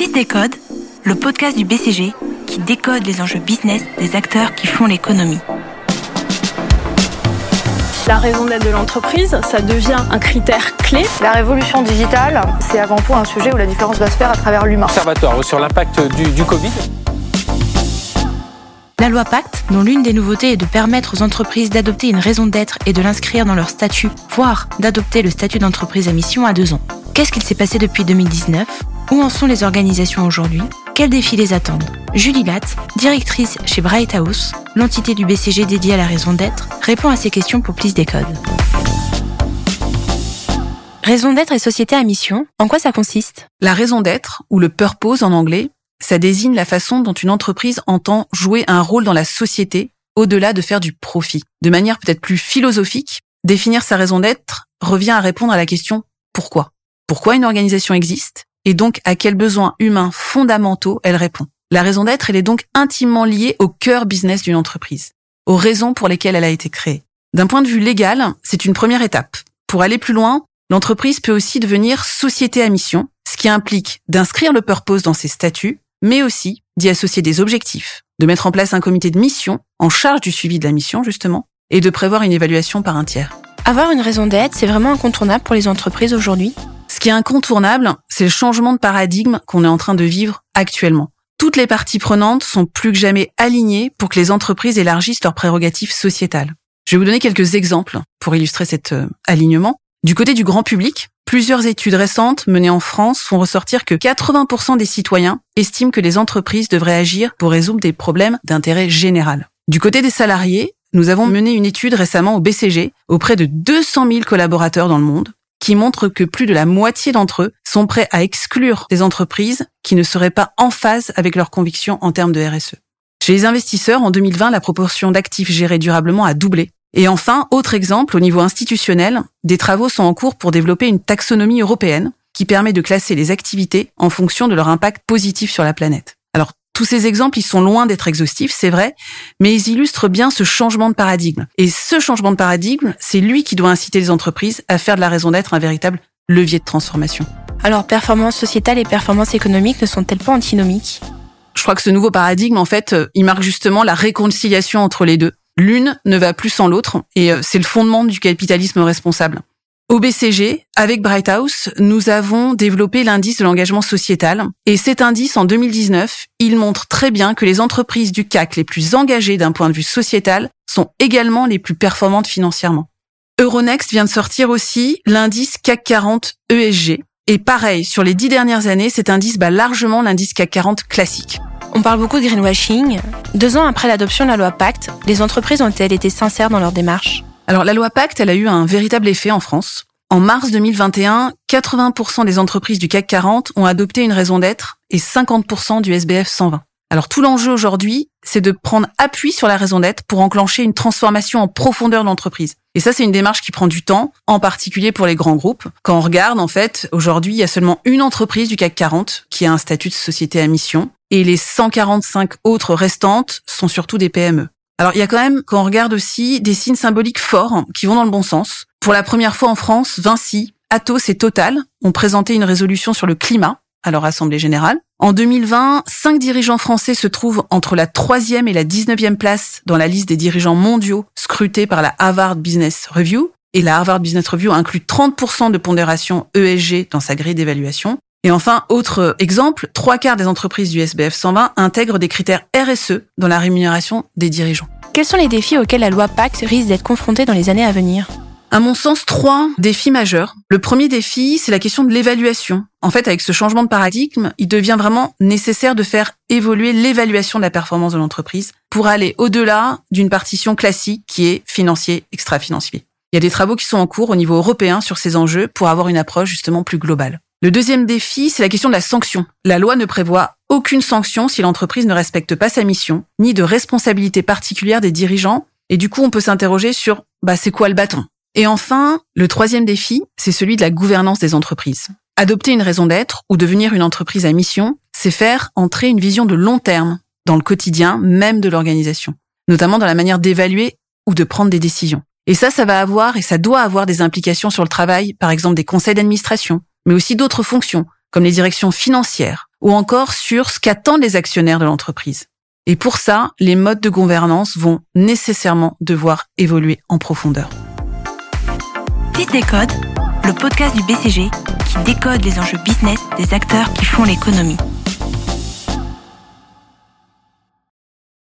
Please Décode, le podcast du BCG qui décode les enjeux business des acteurs qui font l'économie. La raison d'être de l'entreprise, ça devient un critère clé. La révolution digitale, c'est avant tout un sujet où la différence va se faire à travers l'humain. Observatoire sur l'impact du Covid. La loi Pacte, dont l'une des nouveautés est de permettre aux entreprises d'adopter une raison d'être et de l'inscrire dans leur statut, voire d'adopter le statut d'entreprise à mission à 2 ans. Qu'est-ce qu'il s'est passé depuis 2019 ? Où en sont les organisations aujourd'hui ? Quels défis les attendent ? Julie Latte, directrice chez Bright House, l'entité du BCG dédiée à la raison d'être, répond à ces questions pour Please Décode. Raison d'être et société à mission, en quoi ça consiste ? La raison d'être, ou le purpose en anglais, ça désigne la façon dont une entreprise entend jouer un rôle dans la société, au-delà de faire du profit. De manière peut-être plus philosophique, définir sa raison d'être revient à répondre à la question « Pourquoi ?» Pourquoi une organisation existe ? Et donc à quels besoins humains fondamentaux elle répond. La raison d'être, elle est donc intimement liée au cœur business d'une entreprise, aux raisons pour lesquelles elle a été créée. D'un point de vue légal, c'est une première étape. Pour aller plus loin, l'entreprise peut aussi devenir société à mission, ce qui implique d'inscrire le purpose dans ses statuts, mais aussi d'y associer des objectifs, de mettre en place un comité de mission en charge du suivi de la mission, justement, et de prévoir une évaluation par un tiers. Avoir une raison d'être, c'est vraiment incontournable pour les entreprises aujourd'hui ? Ce qui est incontournable, c'est le changement de paradigme qu'on est en train de vivre actuellement. Toutes les parties prenantes sont plus que jamais alignées pour que les entreprises élargissent leurs prérogatives sociétales. Je vais vous donner quelques exemples pour illustrer cet alignement. Du côté du grand public, plusieurs études récentes menées en France font ressortir que 80% des citoyens estiment que les entreprises devraient agir pour résoudre des problèmes d'intérêt général. Du côté des salariés, nous avons mené une étude récemment au BCG auprès de 200 000 collaborateurs dans le monde qui montre que plus de la moitié d'entre eux sont prêts à exclure des entreprises qui ne seraient pas en phase avec leurs convictions en termes de RSE. Chez les investisseurs, en 2020, la proportion d'actifs gérés durablement a doublé. Et enfin, autre exemple, au niveau institutionnel, des travaux sont en cours pour développer une taxonomie européenne qui permet de classer les activités en fonction de leur impact positif sur la planète. Alors, tous ces exemples, ils sont loin d'être exhaustifs, c'est vrai, mais ils illustrent bien ce changement de paradigme. Et ce changement de paradigme, c'est lui qui doit inciter les entreprises à faire de la raison d'être un véritable levier de transformation. Alors, performance sociétale et performance économique ne sont-elles pas antinomiques ? Je crois que ce nouveau paradigme, en fait, il marque justement la réconciliation entre les deux. L'une ne va plus sans l'autre, et c'est le fondement du capitalisme responsable. Au BCG, avec Bright House, nous avons développé l'indice de l'engagement sociétal. Et cet indice, en 2019, il montre très bien que les entreprises du CAC les plus engagées d'un point de vue sociétal sont également les plus performantes financièrement. Euronext vient de sortir aussi l'indice CAC 40 ESG. Et pareil, sur les 10 dernières années, cet indice bat largement l'indice CAC 40 classique. On parle beaucoup de greenwashing. 2 ans après l'adoption de la loi Pacte, les entreprises ont-elles été sincères dans leur démarche ? Alors, la loi Pacte, elle a eu un véritable effet en France. En mars 2021, 80% des entreprises du CAC 40 ont adopté une raison d'être et 50% du SBF 120. Alors, tout l'enjeu aujourd'hui, c'est de prendre appui sur la raison d'être pour enclencher une transformation en profondeur de l'entreprise. Et ça, c'est une démarche qui prend du temps, en particulier pour les grands groupes. Quand on regarde, en fait, aujourd'hui, il y a seulement une entreprise du CAC 40 qui a un statut de société à mission et les 145 autres restantes sont surtout des PME. Alors, il y a quand même, quand on regarde aussi, des signes symboliques forts qui vont dans le bon sens. Pour la première fois en France, Vinci, Atos et Total ont présenté une résolution sur le climat à leur assemblée générale. En 2020, 5 dirigeants français se trouvent entre la 3e et la 19e place dans la liste des dirigeants mondiaux scrutés par la Harvard Business Review. Et la Harvard Business Review inclut 30% de pondération ESG dans sa grille d'évaluation. Et enfin, autre exemple, 3/4 des entreprises du SBF 120 intègrent des critères RSE dans la rémunération des dirigeants. Quels sont les défis auxquels la loi Pacte risque d'être confrontée dans les années à venir ? À mon sens, 3 défis majeurs. Le premier défi, c'est la question de l'évaluation. En fait, avec ce changement de paradigme, il devient vraiment nécessaire de faire évoluer l'évaluation de la performance de l'entreprise pour aller au-delà d'une partition classique qui est financier, extra-financier. Il y a des travaux qui sont en cours au niveau européen sur ces enjeux pour avoir une approche justement plus globale. Le deuxième défi, c'est la question de la sanction. La loi ne prévoit aucune sanction si l'entreprise ne respecte pas sa mission, ni de responsabilité particulière des dirigeants. Et du coup, on peut s'interroger sur, c'est quoi le bâton ? Et enfin, le troisième défi, c'est celui de la gouvernance des entreprises. Adopter une raison d'être ou devenir une entreprise à mission, c'est faire entrer une vision de long terme dans le quotidien même de l'organisation, notamment dans la manière d'évaluer ou de prendre des décisions. Et ça va avoir et ça doit avoir des implications sur le travail, par exemple des conseils d'administration, mais aussi d'autres fonctions, comme les directions financières, ou encore sur ce qu'attendent les actionnaires de l'entreprise. Et pour ça, les modes de gouvernance vont nécessairement devoir évoluer en profondeur. 10 décodes, le podcast du BCG qui décode les enjeux business des acteurs qui font l'économie.